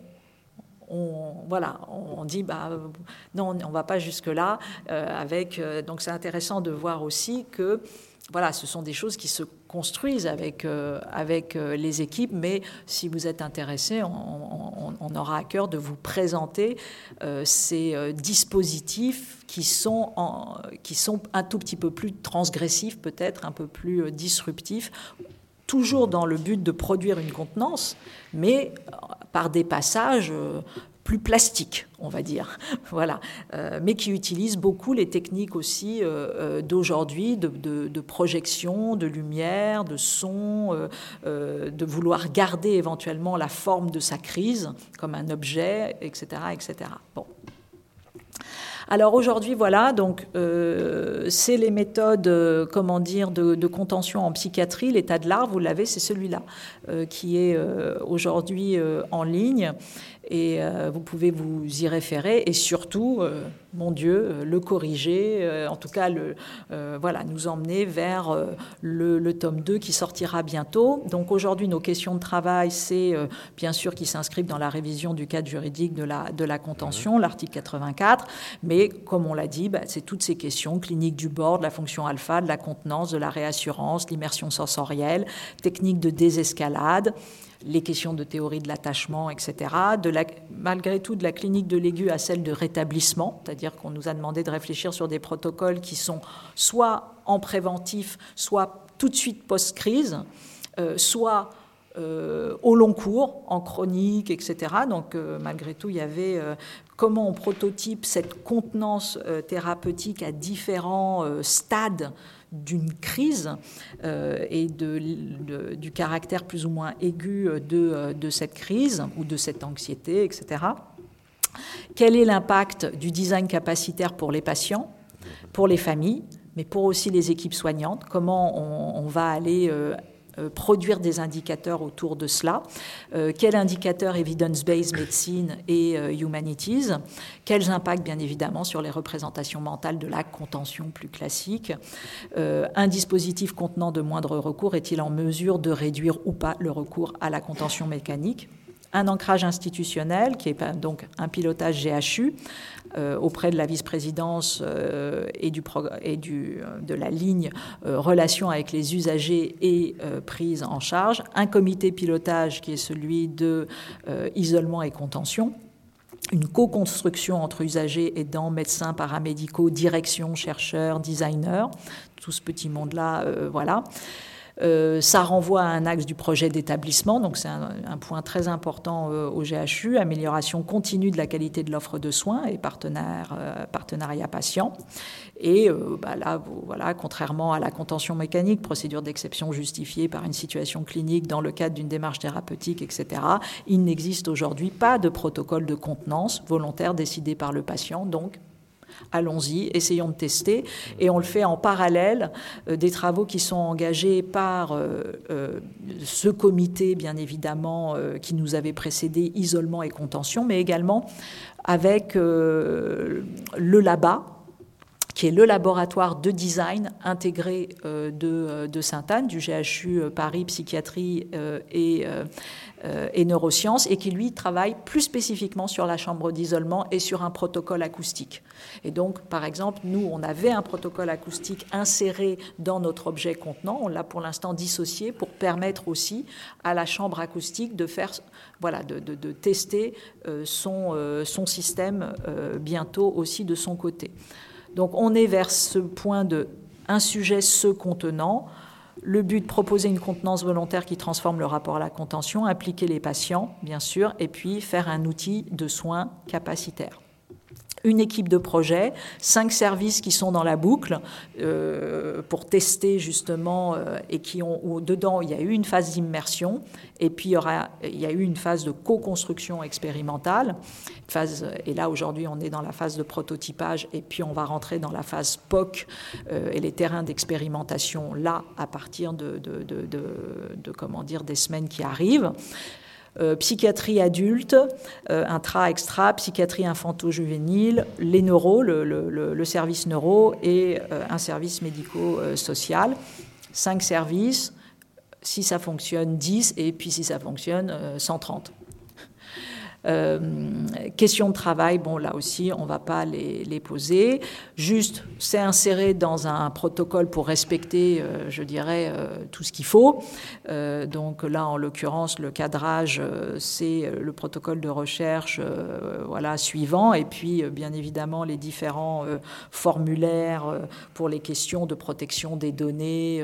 C: on dit non, on ne va pas jusque-là. Donc c'est intéressant de voir aussi que ce sont des choses qui se construisent avec les équipes, mais si vous êtes intéressés, on aura à cœur de vous présenter ces dispositifs qui sont un tout petit peu plus transgressifs, peut-être un peu plus disruptifs, toujours dans le but de produire une contenance, mais par des passages plus plastiques, on va dire, mais qui utilisent beaucoup les techniques aussi d'aujourd'hui, de projection, de lumière, de son, de vouloir garder éventuellement la forme de sa crise comme un objet, etc., etc. Bon. Alors aujourd'hui, voilà, donc c'est les méthodes, de contention en psychiatrie. L'état de l'art, vous l'avez, c'est celui-là qui est aujourd'hui en ligne. Et vous pouvez vous y référer et surtout, mon Dieu, le corriger, en tout cas nous emmener vers le tome 2 qui sortira bientôt. Donc aujourd'hui, nos questions de travail, c'est bien sûr qui s'inscrivent dans la révision du cadre juridique de la contention, l'article 84, mais comme on l'a dit, c'est toutes ces questions, clinique du bord, de la fonction alpha, de la contenance, de la réassurance, l'immersion sensorielle, technique de désescalade, les questions de théorie de l'attachement, etc. Malgré tout, de la clinique de l'aigu à celle de rétablissement, c'est-à-dire qu'on nous a demandé de réfléchir sur des protocoles qui sont soit en préventif, soit tout de suite post-crise, soit au long cours, en chronique, etc. Donc, malgré tout, il y avait comment on prototype cette contenance thérapeutique à différents stades d'une crise et du caractère plus ou moins aigu de cette crise ou de cette anxiété, etc. Quel est l'impact du design capacitaire pour les patients, pour les familles, mais pour aussi les équipes soignantes? Comment on va aller produire des indicateurs autour de cela. Quels indicateurs evidence-based medicine et humanities? Quels impacts, bien évidemment, sur les représentations mentales de la contention plus classique? Un dispositif contenant de moindres recours est-il en mesure de réduire ou pas le recours à la contention mécanique? Un ancrage institutionnel, qui est donc un pilotage GHU, auprès de la vice-présidence et de la ligne relation avec les usagers et prise en charge. Un comité pilotage qui est celui de isolement et contention. Une co-construction entre usagers, aidants, médecins, paramédicaux, direction, chercheurs, designers, tout ce petit monde-là, voilà. Ça renvoie à un axe du projet d'établissement, donc c'est un point très important au GHU, amélioration continue de la qualité de l'offre de soins et partenariat patient. Et là, voilà, contrairement à la contention mécanique, procédure d'exception justifiée par une situation clinique dans le cadre d'une démarche thérapeutique, etc., il n'existe aujourd'hui pas de protocole de contenance volontaire décidé par le patient, donc allons-y, essayons de tester. Et on le fait en parallèle des travaux qui sont engagés par ce comité, bien évidemment, qui nous avait précédé, isolement et contention, mais également avec le LABA, qui est le laboratoire de design intégré de Sainte-Anne, du GHU Paris Psychiatrie et neurosciences, et qui, lui, travaille plus spécifiquement sur la chambre d'isolement et sur un protocole acoustique. Et donc, par exemple, nous, on avait un protocole acoustique inséré dans notre objet contenant. On l'a pour l'instant dissocié pour permettre aussi à la chambre acoustique de faire, voilà, de tester son système bientôt aussi de son côté. Donc, on est vers ce point de un sujet se contenant. Le but, proposer une contenance volontaire qui transforme le rapport à la contention, impliquer les patients, bien sûr, et puis faire un outil de soins capacitaire. Une équipe de projet, 5 services qui sont dans la boucle pour tester justement et où dedans il y a eu une phase d'immersion et puis il y a eu une phase de co-construction expérimentale. Et là aujourd'hui on est dans la phase de prototypage et puis on va rentrer dans la phase POC et les terrains d'expérimentation là à partir des semaines qui arrivent. Psychiatrie adulte, intra-extra, psychiatrie infanto-juvénile, les neuros, le service neuro et un service médico-social. 5 services, si ça fonctionne, 10, et puis si ça fonctionne, 130. Questions de travail, bon là aussi on ne va pas les poser, juste c'est inséré dans un protocole pour respecter je dirais tout ce qu'il faut, donc là en l'occurrence le cadrage c'est le protocole de recherche voilà, suivant, et puis bien évidemment les différents formulaires pour les questions de protection des données,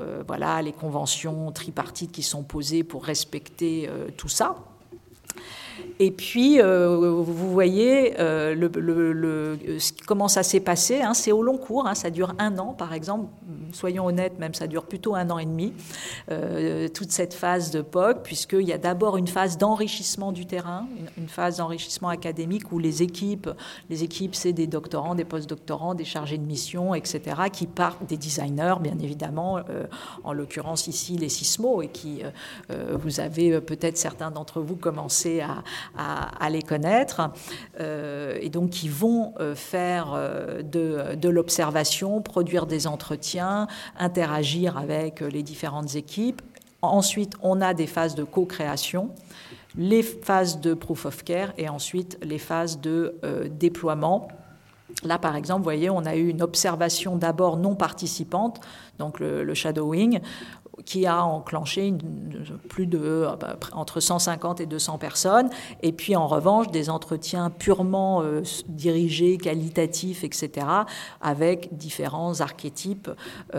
C: voilà, les conventions tripartites qui sont posées pour respecter tout ça. Et puis, vous voyez comment ça s'est passé. Hein, c'est au long cours, hein, ça dure 1 an, par exemple. Soyons honnêtes, même ça dure plutôt 1 an et demi, toute cette phase de POC, puisqu'il y a d'abord une phase d'enrichissement du terrain, une phase d'enrichissement académique où les équipes, c'est des doctorants, des post-doctorants, des chargés de mission, etc., qui partent, des designers, bien évidemment, en l'occurrence ici les Sismo, et qui, vous avez peut-être certains d'entre vous commencé à les connaître, et donc qui vont faire de l'observation, produire des entretiens, interagir avec les différentes équipes. Ensuite, on a des phases de co-création, les phases de proof of care et ensuite les phases de déploiement. Là, par exemple, vous voyez, on a eu une observation d'abord non participante, donc le shadowing, qui a enclenché entre 150 et 200 personnes. Et puis, en revanche, des entretiens purement dirigés, qualitatifs, etc., avec différents archétypes.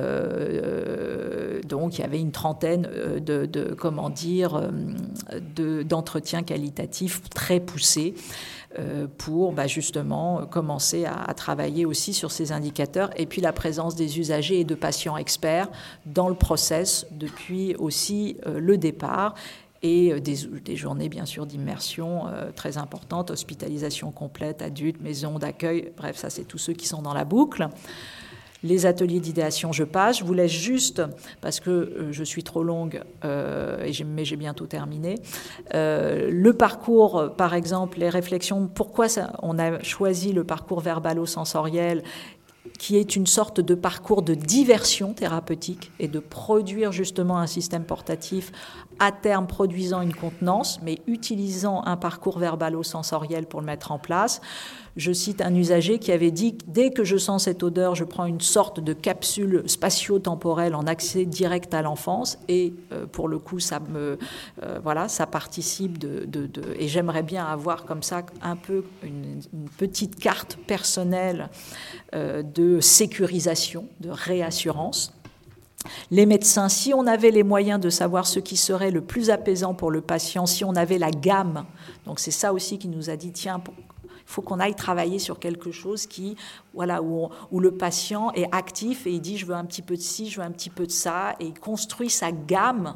C: Donc, il y avait une trentaine d'entretiens qualitatifs très poussés pour justement commencer à travailler aussi sur ces indicateurs, et puis la présence des usagers et de patients experts dans le process depuis aussi le départ, et des journées bien sûr d'immersion très importantes, hospitalisation complète, adultes, maison d'accueil, bref, ça c'est tous ceux qui sont dans la boucle. Les ateliers d'idéation, je passe. Je vous laisse juste, parce que je suis trop longue, mais j'ai bientôt terminé. Le parcours, par exemple, les réflexions, pourquoi on a choisi le parcours verbalo-sensoriel, qui est une sorte de parcours de diversion thérapeutique et de produire justement un système portatif à terme produisant une contenance, mais utilisant un parcours verbalo-sensoriel pour le mettre en place. Je cite un usager qui avait dit « Dès que je sens cette odeur, je prends une sorte de capsule spatio-temporelle en accès direct à l'enfance. » Et pour le coup, ça participe et j'aimerais bien avoir comme ça un peu une petite carte personnelle de sécurisation, de réassurance. Les médecins, si on avait les moyens de savoir ce qui serait le plus apaisant pour le patient, si on avait la gamme, donc c'est ça aussi qui nous a dit, tiens, il faut qu'on aille travailler sur quelque chose où le patient est actif et il dit je veux un petit peu de ci, je veux un petit peu de ça, et il construit sa gamme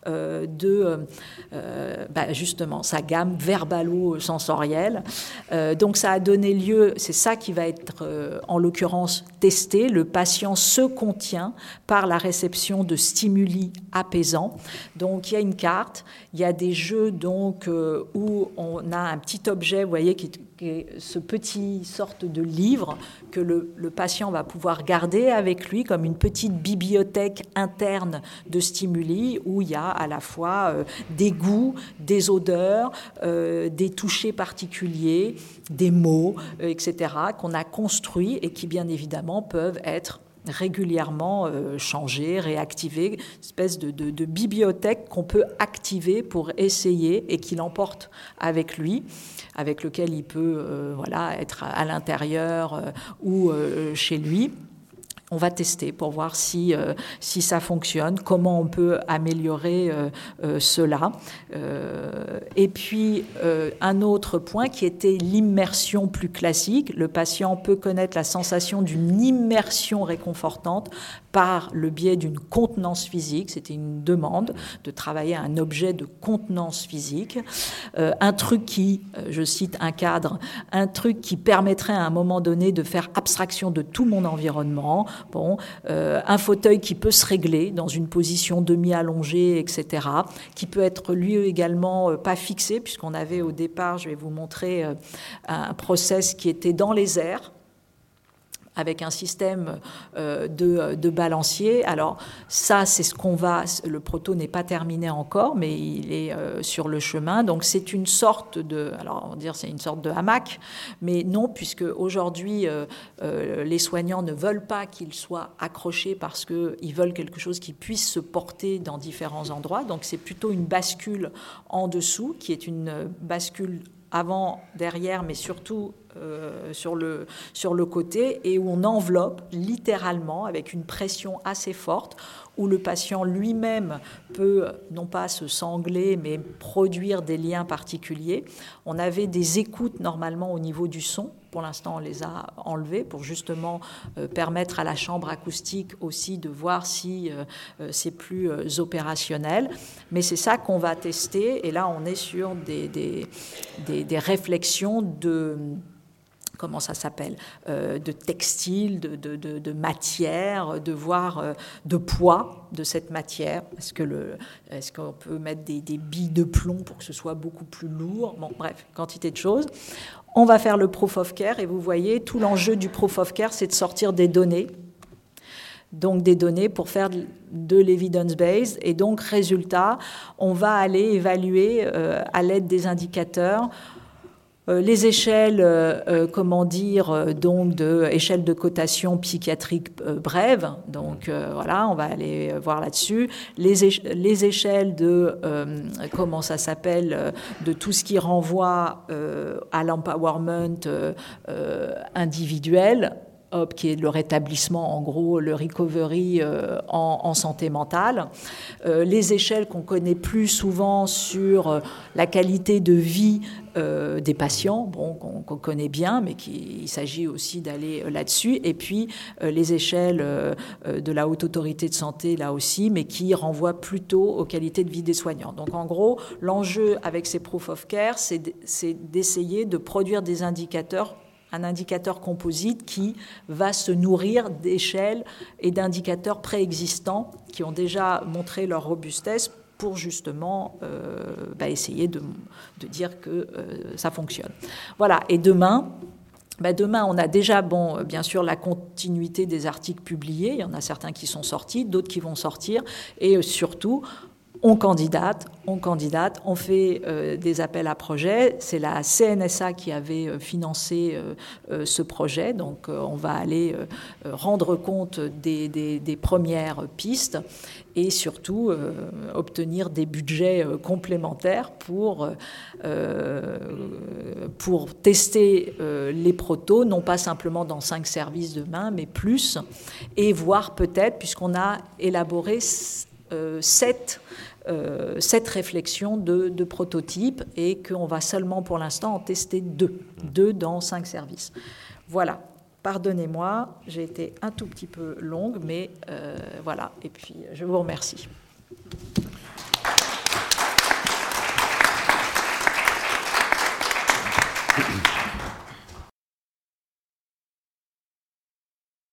C: justement sa gamme verbalo-sensorielle. Donc ça a donné lieu, c'est ça qui va être en l'occurrence testé. Le patient se contient par la réception de stimuli apaisants. Donc il y a une carte, il y a des jeux donc où on a un petit objet, vous voyez, qui est ce petit sorte de livre que le patient va pouvoir garder avec lui comme une petite bibliothèque interne de stimuli où il y a à la fois des goûts, des odeurs, des touchers particuliers, des mots, etc., qu'on a construits et qui, bien évidemment, peuvent être régulièrement changés, réactivés, une espèce de bibliothèque qu'on peut activer pour essayer et qu'il emporte avec lui, avec lequel il peut être à l'intérieur ou chez lui. On va tester pour voir si ça fonctionne, comment on peut améliorer cela. Et puis, un autre point qui était l'immersion plus classique. Le patient peut connaître la sensation d'une immersion réconfortante par le biais d'une contenance physique. C'était une demande de travailler un objet de contenance physique. Un truc qui, je cite un cadre, un truc qui permettrait à un moment donné de faire abstraction de tout mon environnement. Un fauteuil qui peut se régler dans une position demi-allongée, etc., qui peut être lui également pas fixé, puisqu'on avait au départ, je vais vous montrer un process qui était dans les airs, avec un système de balancier. Alors ça, c'est ce qu'on va... Le proto n'est pas terminé encore, mais il est sur le chemin. Donc c'est une sorte de... Alors on va dire c'est une sorte de hamac, mais non, puisque aujourd'hui, les soignants ne veulent pas qu'il soit accroché parce qu'ils veulent quelque chose qui puisse se porter dans différents endroits. Donc c'est plutôt une bascule en dessous, qui est une bascule avant, derrière, mais surtout sur le côté et où on enveloppe littéralement avec une pression assez forte, où le patient lui-même peut non pas se sangler mais produire des liens particuliers. On avait des écoutes normalement au niveau du son. Pour l'instant, on les a enlevées pour justement permettre à la chambre acoustique aussi de voir si c'est plus opérationnel. Mais c'est ça qu'on va tester. Et là, on est sur des réflexions de... comment ça s'appelle, de textile, de matière, de voir de poids de cette matière. Est-ce qu'on peut mettre des billes de plomb pour que ce soit beaucoup plus lourd? Bon, bref, quantité de choses. On va faire le proof of care et vous voyez, tout l'enjeu du proof of care, c'est de sortir des données. Donc des données pour faire de l'evidence-based. Et donc, résultat, on va aller évaluer à l'aide des indicateurs les échelles, donc échelles de cotation psychiatrique brève. Donc voilà, on va aller voir là-dessus. Les échelles de de tout ce qui renvoie à l'empowerment individuel, qui est le rétablissement, en gros, le recovery en santé mentale. Les échelles qu'on connaît plus souvent sur la qualité de vie des patients, bon, qu'on connaît bien, mais il s'agit aussi d'aller là-dessus. Et puis, les échelles de la Haute Autorité de Santé, là aussi, mais qui renvoient plutôt aux qualités de vie des soignants. Donc, en gros, l'enjeu avec ces proof of care, c'est d'essayer de produire des indicateurs, un indicateur composite qui va se nourrir d'échelles et d'indicateurs préexistants qui ont déjà montré leur robustesse pour justement essayer de dire que ça fonctionne. Voilà, et demain, on a déjà, bien sûr, la continuité des articles publiés. Il y en a certains qui sont sortis, d'autres qui vont sortir. Et surtout, on candidate, on fait des appels à projets. C'est la CNSA qui avait financé ce projet. Donc, on va aller rendre compte des premières pistes et surtout obtenir des budgets complémentaires pour tester les protos, non pas simplement dans 5 services demain, mais plus, et voir peut-être, puisqu'on a élaboré 7 réflexions de prototypes et qu'on va seulement pour l'instant en tester 2 dans 5 services. Voilà. Pardonnez-moi, j'ai été un tout petit peu longue, mais voilà. Et puis, je vous remercie.